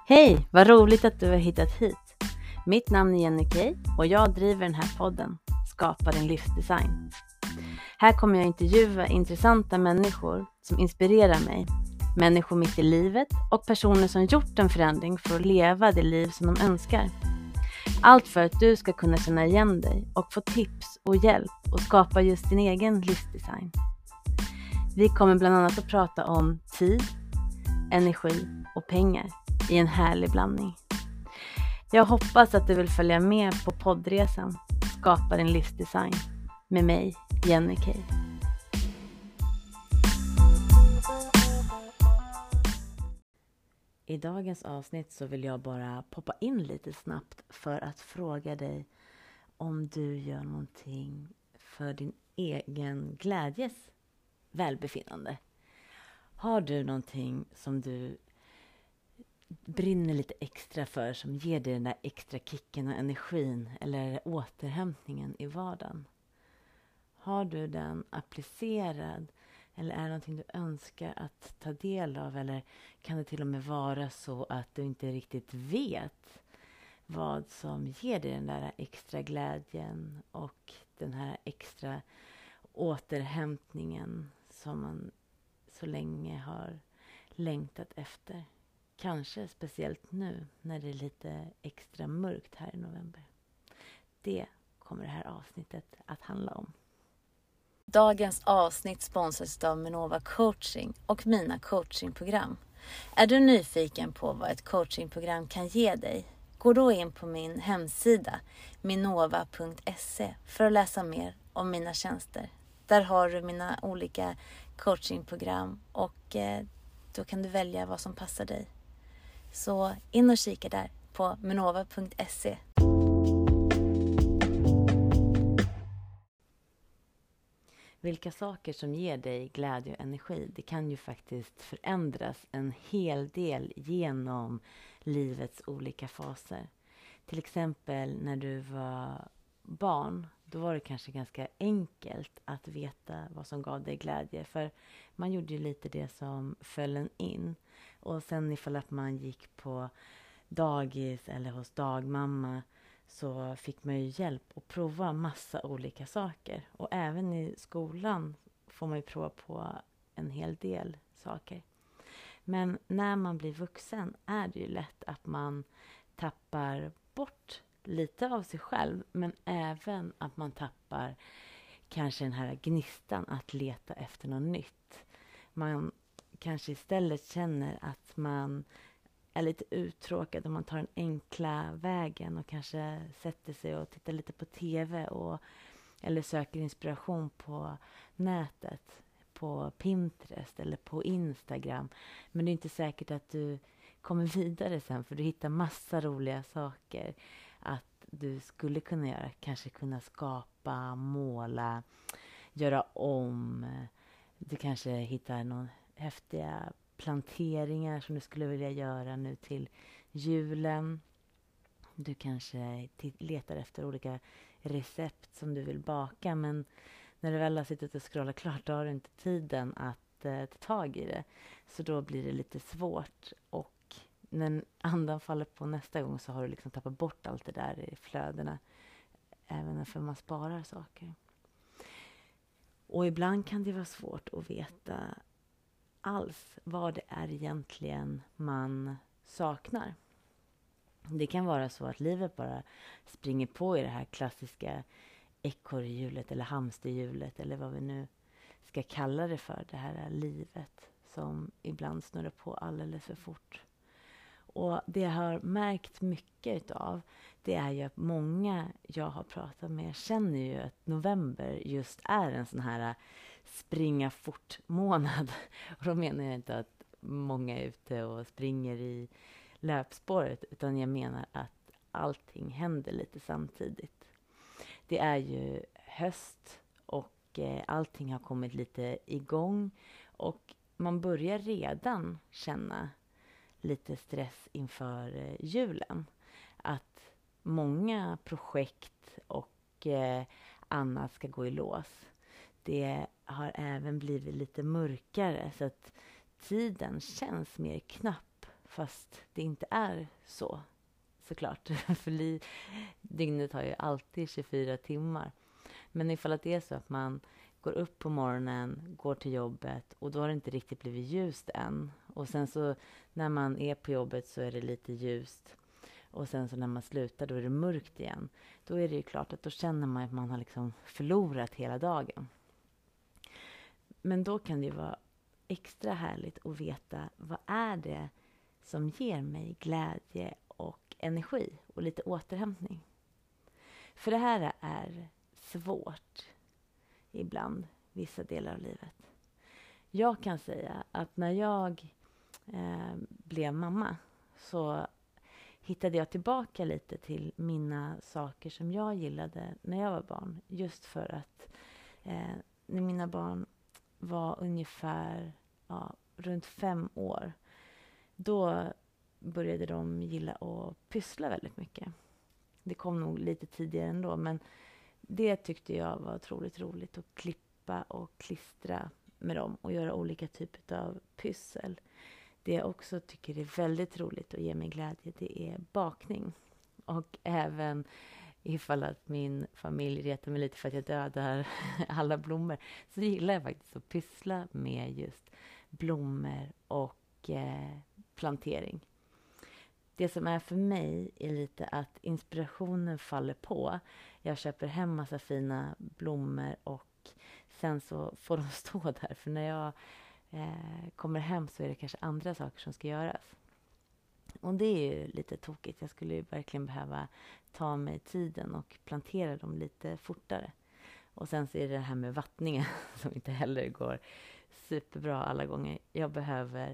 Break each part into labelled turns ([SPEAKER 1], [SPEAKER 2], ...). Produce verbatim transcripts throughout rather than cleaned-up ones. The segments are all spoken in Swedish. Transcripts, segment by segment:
[SPEAKER 1] Hej, vad roligt att du har hittat hit. Mitt namn är Jenny Kay och jag driver den här podden, Skapa din livsdesign. Här kommer jag intervjua intressanta människor som inspirerar mig. Människor mitt i livet och personer som gjort en förändring för att leva det liv som de önskar. Allt för att du ska kunna känna igen dig och få tips och hjälp och skapa just din egen livsdesign. Vi kommer bland annat att prata om tid, energi och pengar i en härlig blandning. Jag hoppas att du vill följa med på poddresan Skapa din livsdesign med mig, Jenny Kay. I dagens avsnitt så vill jag bara poppa in lite snabbt för att fråga dig om du gör någonting för din egen glädjes välbefinnande. Har du någonting som du brinner lite extra för, som ger dig den där extra kicken och energin eller återhämtningen i vardagen? Har du den applicerad eller är det någonting du önskar att ta del av, eller kan det till och med vara så att du inte riktigt vet vad som ger dig den där extra glädjen och den här extra återhämtningen som man så länge har längtat efter? Kanske speciellt nu när det är lite extra mörkt här i november. Det kommer det här avsnittet att handla om. Dagens avsnitt sponsras av Minova Coaching och mina coachingprogram. Är du nyfiken på vad ett coachingprogram kan ge dig? Gå då in på min hemsida minova punkt se för att läsa mer om mina tjänster. Där har du mina olika coachingprogram och eh, då kan du välja vad som passar dig. Så in och kika där på minova punkt se. Vilka saker som ger dig glädje och energi, det kan ju faktiskt förändras en hel del genom livets olika faser. Till exempel när du var barn, då var det kanske ganska enkelt att veta vad som gav dig glädje. För man gjorde ju lite det som föll en in. Och sen ifall att man gick på dagis eller hos dagmamma så fick man ju hjälp att prova massa olika saker. Och även i skolan får man ju prova på en hel del saker. Men när man blir vuxen är det ju lätt att man tappar bort lite av sig själv. Men även att man tappar kanske den här gnistan att leta efter något nytt. Man kanske istället känner att man är lite uttråkad om man tar den enkla vägen och kanske sätter sig och tittar lite på tv och, eller söker inspiration på nätet, på Pinterest eller på Instagram. Men det är inte säkert att du kommer vidare sen, för du hittar massa roliga saker att du skulle kunna göra. Kanske kunna skapa, måla, göra om. Du kanske hittar någon häftiga planteringar som du skulle vilja göra nu till julen. Du kanske t- letar efter olika recept som du vill baka, men när du väl har suttit och scrollat klart, då har du inte tiden att eh, ta tag i det. Så då blir det lite svårt, och när andan faller på nästa gång så har du liksom tappat bort allt det där i flödena, även för man sparar saker. Och ibland kan det vara svårt att veta alls vad det är egentligen man saknar. Det kan vara så att livet bara springer på i det här klassiska ekorrhjulet eller hamsterhjulet eller vad vi nu ska kalla det för, det här livet som ibland snurrar på alldeles för fort. Och det jag har märkt mycket av, det är ju att många jag har pratat med känner ju att november just är en sån här springa fort månad. Och då menar jag inte att många är ute och springer i löpspåret, utan jag menar att allting händer lite samtidigt. Det är ju höst och eh, allting har kommit lite igång, och man börjar redan känna lite stress inför eh, julen. Att många projekt och eh, annat ska gå i lås. Det har även blivit lite mörkare, så att tiden känns mer knapp fast det inte är så, såklart. För li- dygnet har ju alltid tjugofyra timmar. Men ifall att det är så att man går upp på morgonen, går till jobbet och då har det inte riktigt blivit ljust än. Och sen så när man är på jobbet så är det lite ljust. Och sen så när man slutar då är det mörkt igen. Då är det ju klart att då känner man att man har liksom förlorat hela dagen. Men då kan det ju vara extra härligt att veta vad är det som ger mig glädje och energi och lite återhämtning. För det här är svårt ibland, vissa delar av livet. Jag kan säga att när jag eh, blev mamma så hittade jag tillbaka lite till mina saker som jag gillade när jag var barn. Just för att eh, när mina barn var ungefär ja, runt fem år, då började de gilla att pyssla väldigt mycket. Det kom nog lite tidigare ändå, men det tyckte jag var otroligt roligt, att klippa och klistra med dem och göra olika typer av pyssel. Det jag också tycker är väldigt roligt och ger mig glädje, det är bakning. Och även ifall att min familj retar mig lite för att jag dödar alla blommor, så gillar jag faktiskt att pyssla med just blommor och eh, plantering. Det som är för mig är lite att inspirationen faller på. Jag köper hem massa fina blommor och sen så får de stå där. För när jag eh, kommer hem så är det kanske andra saker som ska göras. Och det är ju lite tokigt. Jag skulle ju verkligen behöva ta mig tiden och plantera dem lite fortare. Och sen så är det det här med vattningen som inte heller går superbra alla gånger. Jag behöver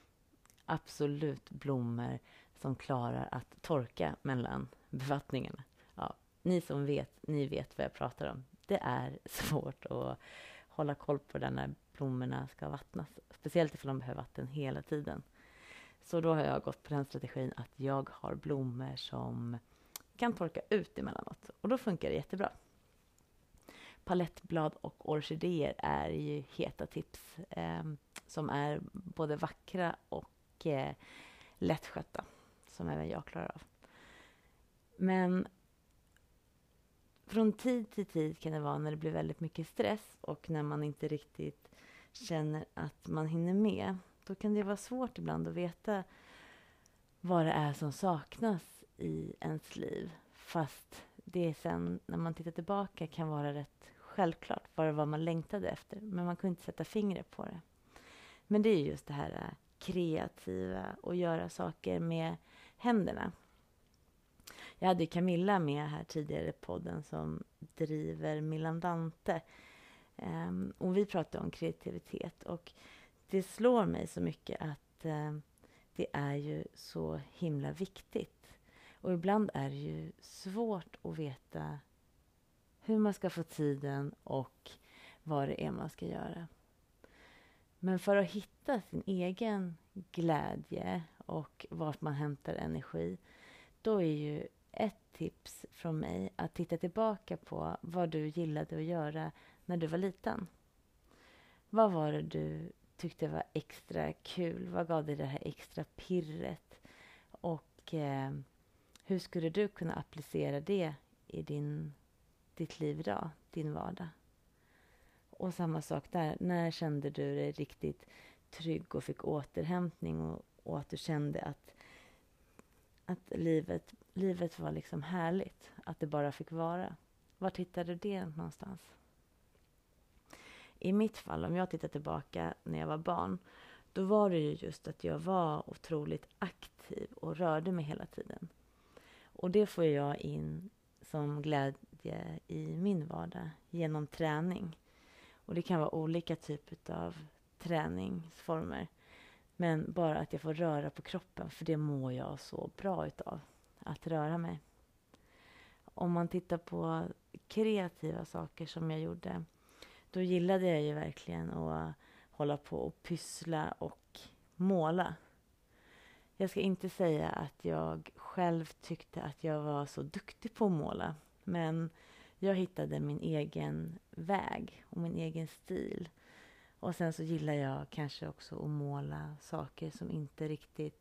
[SPEAKER 1] absolut blommor som klarar att torka mellan bevattningarna. Ja, ni som vet, ni vet vad jag pratar om. Det är svårt att hålla koll på det när blommorna ska vattnas. Speciellt ifall de behöver vatten hela tiden. Så då har jag gått på den strategin att jag har blommor som kan torka ut emellanåt. Och då funkar det jättebra. Palettblad och orkidéer är ju heta tips. Eh, som är både vackra och eh, lättskötta. Som även jag klarar av. Men från tid till tid kan det vara när det blir väldigt mycket stress och när man inte riktigt känner att man hinner med. Då kan det vara svårt ibland att veta vad det är som saknas i ens liv. Fast det sen när man tittar tillbaka kan vara rätt självklart vad det var man längtade efter. Men man kunde inte sätta fingret på det. Men det är just det här kreativa och göra saker med händerna. Jag hade Camilla med här tidigare i podden som driver Milandante. Um, och vi pratade om kreativitet. Och det slår mig så mycket att um, det är ju så himla viktigt. Och ibland är det ju svårt att veta hur man ska få tiden och vad det är man ska göra. Men för att hitta sin egen glädje och vart man hämtar energi, då är ju ett tips från mig att titta tillbaka på vad du gillade att göra när du var liten. Vad var det du tyckte var extra kul? Vad gav dig det här extra pirret? Och eh, hur skulle du kunna applicera det i din, ditt liv idag, din vardag? Och samma sak där. När kände du dig riktigt trygg och fick återhämtning och, och att du kände att, att livet, livet var liksom härligt? Att det bara fick vara. Var hittade du det någonstans? I mitt fall, om jag tittar tillbaka när jag var barn, då var det ju just att jag var otroligt aktiv och rörde mig hela tiden. Och det får jag in som glädje i min vardag genom träning. Och det kan vara olika typer av träningsformer. Men bara att jag får röra på kroppen, för det mår jag så bra utav. Att röra mig. Om man tittar på kreativa saker som jag gjorde, då gillade jag ju verkligen att hålla på och pyssla och måla. Jag ska inte säga att jag själv tyckte att jag var så duktig på att måla. Men jag hittade min egen väg och min egen stil. Och sen så gillar jag kanske också att måla saker som inte riktigt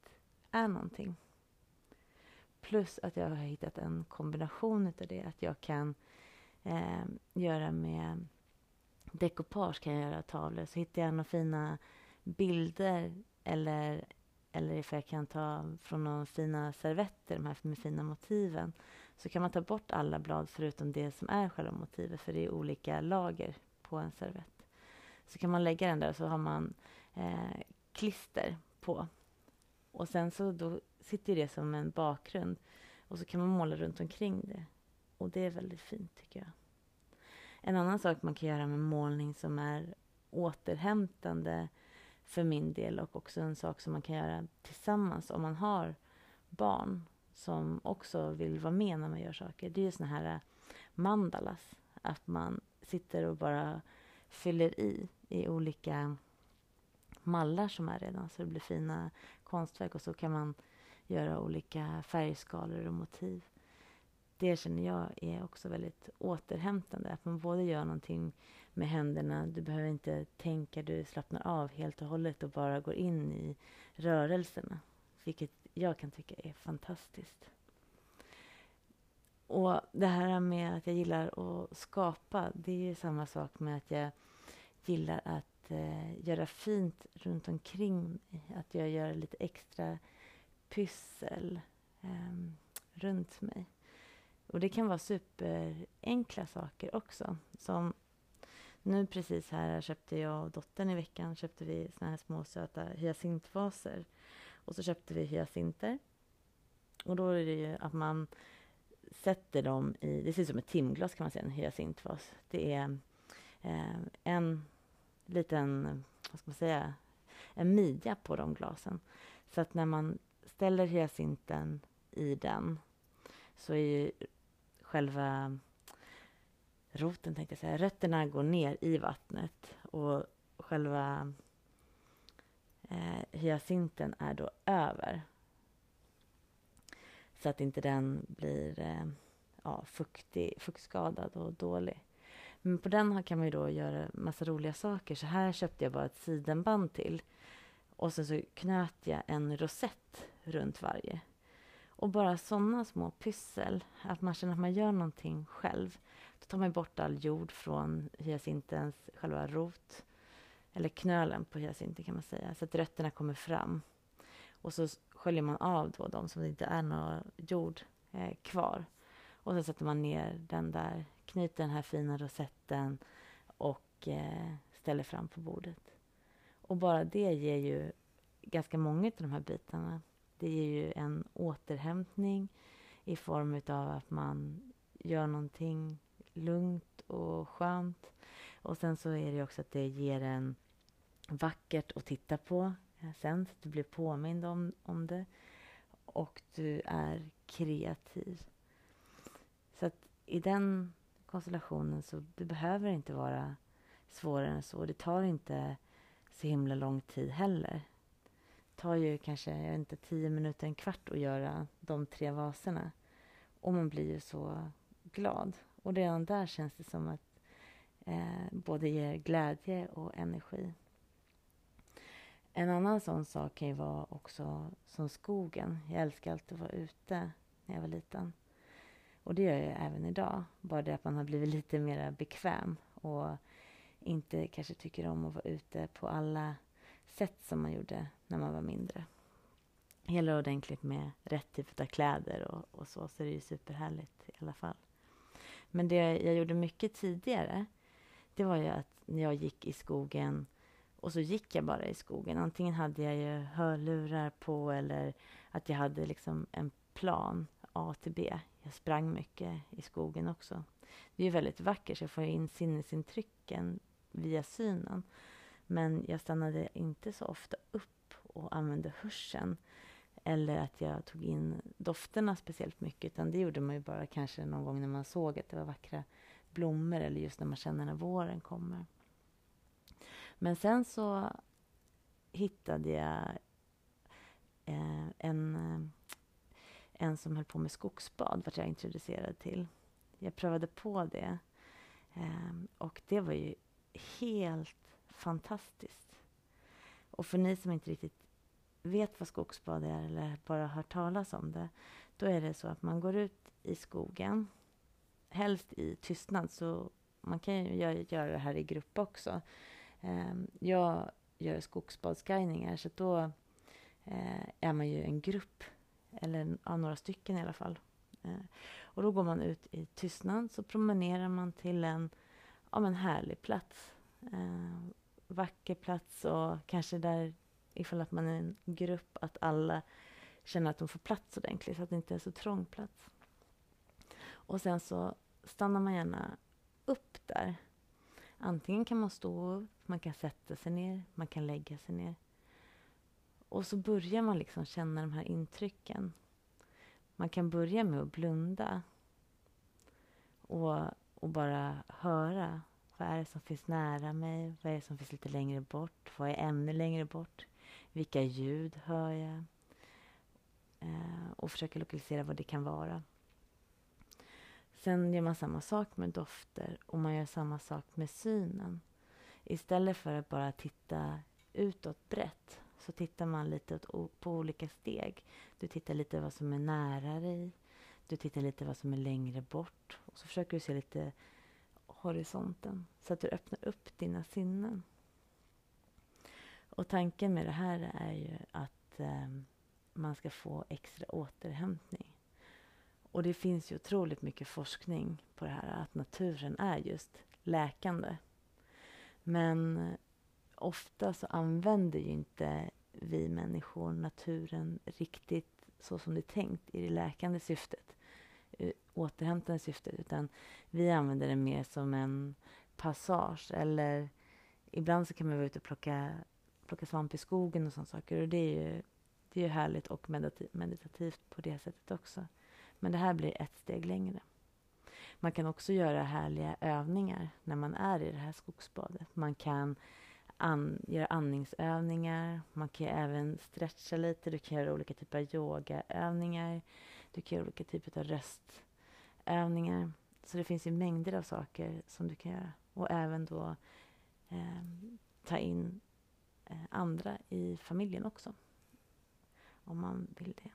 [SPEAKER 1] är någonting. Plus att jag har hittat en kombination av det. Att jag kan eh, göra med decoupage, kan jag göra tavlor. Så hittar jag några fina bilder eller, eller ifall jag kan ta från några fina servetter, de här med fina motiven. Så kan man ta bort alla blad förutom det som är själva motivet, för det är olika lager på en servett. Så kan man lägga den där och så har man eh, klister på. Och sen så då sitter det som en bakgrund. Och så kan man måla runt omkring det. Och det är väldigt fint, tycker jag. En annan sak man kan göra med målning som är återhämtande för min del, och också en sak som man kan göra tillsammans om man har barn som också vill vara med när man gör saker. Det är ju såna här mandalas. Att man sitter och bara fyller i i olika mallar som är redan, så det blir fina konstverk, och så kan man göra olika färgskalor och motiv. Det känner jag är också väldigt återhämtande, att man både gör någonting med händerna, du behöver inte tänka, du slappnar av helt och hållet och bara går in i rörelserna, vilket jag kan tycka är fantastiskt. Och det här med att jag gillar att skapa, det är ju samma sak med att jag gillar att eh, göra fint runt omkring mig. Att jag gör lite extra pyssel eh, runt mig. Och det kan vara superenkla saker också. Som nu precis här köpte jag och dottern i veckan, köpte vi såna här små söta hyacintvaser. Och så köpte vi hyacinter. Och då är det ju att man sätter dem i, det ser ut som ett timglas kan man säga, en hyacintvas. Det är eh, en liten, vad ska man säga, en midja på de glasen. Så att när man ställer hyacinten i den så är ju själva roten, tänkte jag säga, rötterna går ner i vattnet och själva eh, hyacinten är då över. Så att inte den blir eh, ja, fuktig, fuktskadad och dålig. Men på den kan man ju då göra massa roliga saker. Så här köpte jag bara ett sidenband till. Och sen så knöt jag en rosett runt varje. Och bara sådana små pyssel. Att man känner att man gör någonting själv. Då tar man bort all jord från hyacintens själva rot. Eller knölen på hyacinten kan man säga. Så att rötterna kommer fram. Och så sköljer man av då dem som det inte är någon jord eh, kvar. Och så sätter man ner den där, knyter den här fina rosetten och eh, ställer fram på bordet. Och bara det ger ju ganska många av de här bitarna. Det ger ju en återhämtning i form av att man gör någonting lugnt och skönt. Och sen så är det också att det ger en vackert att titta på sen, så att du blir påmind om, om det. Och du är kreativ. Så att i den konstellationen så det behöver inte vara svårare än så. Det tar inte så himla lång tid heller. Det tar ju kanske, jag vet inte, tio minuter, en kvart att göra de tre vaserna. Och man blir ju så glad. Och redan där känns det som att eh, både ger glädje och energi. En annan sån sak kan ju vara också som skogen. Jag älskar alltid att vara ute när jag var liten. Och det gör jag även idag. Bara det att man har blivit lite mer bekväm. Och inte kanske tycker om att vara ute på alla sätt som man gjorde när man var mindre. Hela ordentligt med rätt typ av kläder och, och så. Så är det ju superhärligt i alla fall. Men det jag gjorde mycket tidigare. Det var ju att när jag gick i skogen. Och så gick jag bara i skogen. Antingen hade jag ju hörlurar på. Eller att jag hade liksom en plan. A till B. Jag sprang mycket i skogen också. Det är ju väldigt vackert, så jag får in sinnesintrycken via synen. Men jag stannade inte så ofta upp och använde hörseln. Eller att jag tog in dofterna speciellt mycket. Utan det gjorde man ju bara kanske någon gång när man såg att det var vackra blommor. Eller just när man känner när våren kommer. Men sen så hittade jag eh, en... En som höll på med skogsbad var jag introducerad till. Jag prövade på det. Eh, och det var ju helt fantastiskt. Och för ni som inte riktigt vet vad skogsbad är eller bara har hört talas om det, då är det så att man går ut i skogen, helst i tystnad, så man kan ju göra det här i grupp också. Jag gör skogsbadsguidningar, så då är man ju en grupp, eller ja, några stycken i alla fall. Och då går man ut i tystnad, så promenerar man till en, ja, en härlig plats. Vacker plats, och kanske där, ifall att man är en grupp, att alla känner att de får plats ordentligt, så att det inte är så trång plats. Och sen så stannar man gärna upp där. Antingen kan man stå upp, man kan sätta sig ner, man kan lägga sig ner. Och så börjar man liksom känna de här intrycken. Man kan börja med att blunda och, och bara höra. Vad är det som finns nära mig? Vad är det som finns lite längre bort? Vad är ännu längre bort? Vilka ljud hör jag? Eh, och försöka lokalisera vad det kan vara. Sen gör man samma sak med dofter, och man gör samma sak med synen. Istället för att bara titta utåt brett, så tittar man lite på olika steg. Du tittar lite vad som är nära dig. Du tittar lite vad som är längre bort. Och så försöker du se lite horisonten, så att du öppnar upp dina sinnen. Och tanken med det här är ju att eh, man ska få extra återhämtning. Och det finns ju otroligt mycket forskning på det här, att naturen är just läkande. Men ofta så använder ju inte vi människor naturen riktigt så som det är tänkt i det läkande syftet, återhämtande syftet, utan vi använder det mer som en passage, eller ibland så kan man vara ute och plocka, plocka svamp i skogen och sådana saker, och det är ju, det är ju härligt och meditativ, meditativt på det sättet också. Men det här blir ett steg längre. Man kan också göra härliga övningar när man är i det här skogsbadet. Man kan an, göra andningsövningar. Man kan även stretcha lite. Du kan göra olika typer av yogaövningar. Du kan göra olika typer av röstövningar. Så det finns ju mängder av saker som du kan göra. Och även då eh, ta in eh, andra i familjen också. Om man vill det.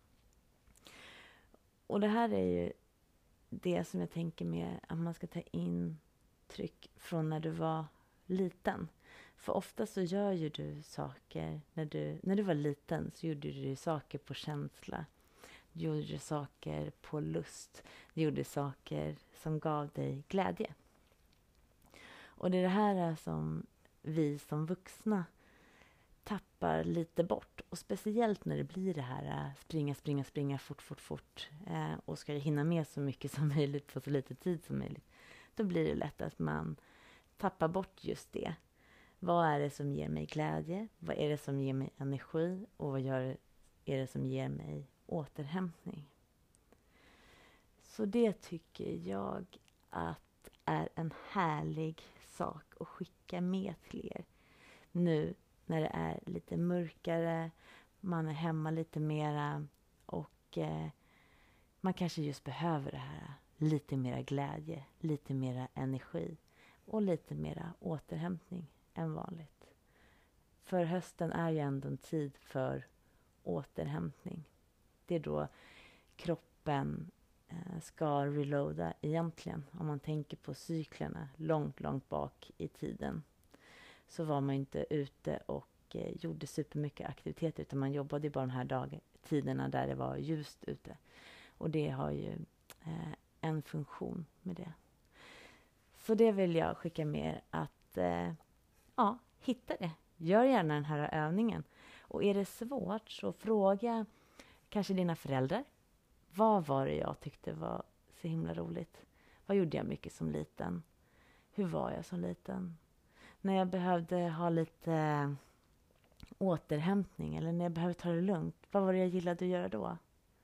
[SPEAKER 1] Och det här är ju det som jag tänker med att man ska ta in tryck från när du var liten. För ofta så gör ju du saker, när du, när du var liten så gjorde du saker på känsla. Du gjorde saker på lust. Du gjorde saker som gav dig glädje. Och det är det här som vi som vuxna tappar lite bort. Och speciellt när det blir det här springa, springa, springa fort, fort, fort. Eh, och ska hinna med så mycket som möjligt på så lite tid som möjligt. Då blir det lätt att man tappar bort just det. Vad är det som ger mig glädje? Vad är det som ger mig energi? Och vad gör, är det som ger mig återhämtning? Så det tycker jag att är en härlig sak att skicka med till er. Nu när det är lite mörkare, man är hemma lite mera och eh, man kanske just behöver det här. Lite mera glädje, lite mera energi och lite mera återhämtning än vanligt. För hösten är ju ändå en tid för återhämtning. Det är då kroppen eh, ska reloada egentligen. Om man tänker på cyklerna långt, långt bak i tiden. Så var man inte ute och eh, gjorde supermycket aktiviteter, utan man jobbade bara de här dag- tiderna där det var ljust ute. Och det har ju eh, en funktion med det. Så det vill jag skicka med att eh, ja, hitta det. Gör gärna den här övningen. Och är det svårt så fråga kanske dina föräldrar. Vad var det jag tyckte var så himla roligt? Vad gjorde jag mycket som liten? Hur var jag som liten? När jag behövde ha lite återhämtning eller när jag behövde ta det lugnt, vad var det jag gillade att göra då?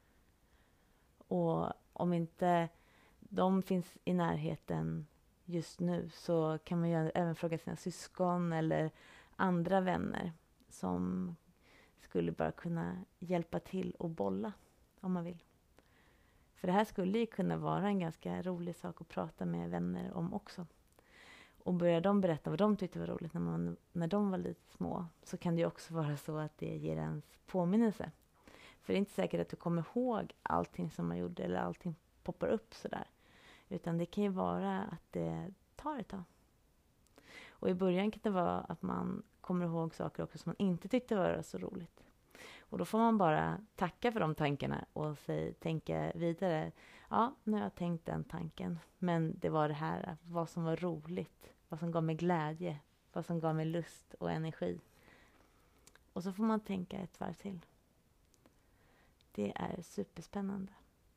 [SPEAKER 1] Och om inte de finns i närheten just nu så kan man ju även fråga sina syskon eller andra vänner som skulle bara kunna hjälpa till och bolla om man vill. För det här skulle ju kunna vara en ganska rolig sak att prata med vänner om också. Och börjar de berätta vad de tyckte var roligt när, man, när de var lite små, så kan det ju också vara så att det ger ens påminnelse. För det är inte säkert att du kommer ihåg allting som man gjorde eller allting poppar upp sådär. Utan det kan ju vara att det tar ett tag. Och i början kan det vara att man kommer ihåg saker också som man inte tyckte var så roligt. Och då får man bara tacka för de tankarna och säg, tänka vidare. Ja, nu har jag tänkt den tanken. Men det var det här, vad som var roligt. Vad som gav mig glädje. Vad som gav mig lust och energi. Och så får man tänka ett varv till. Det är superspännande.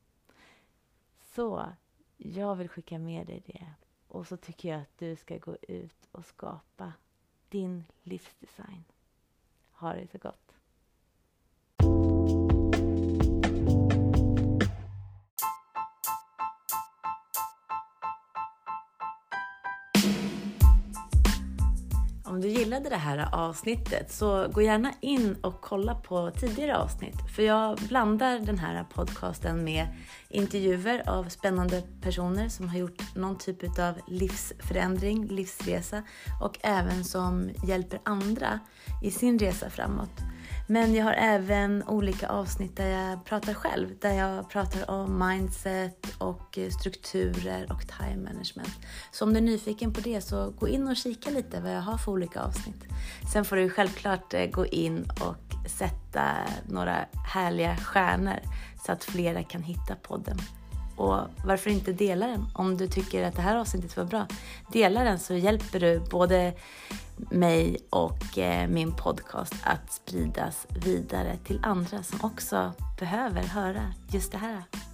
[SPEAKER 1] Så jag vill skicka med dig det. Och så tycker jag att du ska gå ut och skapa din livsdesign. Ha det så gott. Om du gillade det här avsnittet så gå gärna in och kolla på tidigare avsnitt. För jag blandar den här podcasten med intervjuer av spännande personer som har gjort någon typ av livsförändring, livsresa. Och även som hjälper andra i sin resa framåt. Men jag har även olika avsnitt där jag pratar själv. Där jag pratar om mindset och strukturer och time management. Så om du är nyfiken på det så gå in och kika lite vad jag har för olika avsnitt. Sen får du självklart gå in och sätta några härliga stjärnor så att flera kan hitta podden. Och varför inte dela den om du tycker att det här avsnittet var bra. Dela den så hjälper du både mig och eh, min podcast att spridas vidare till andra som också behöver höra just det här.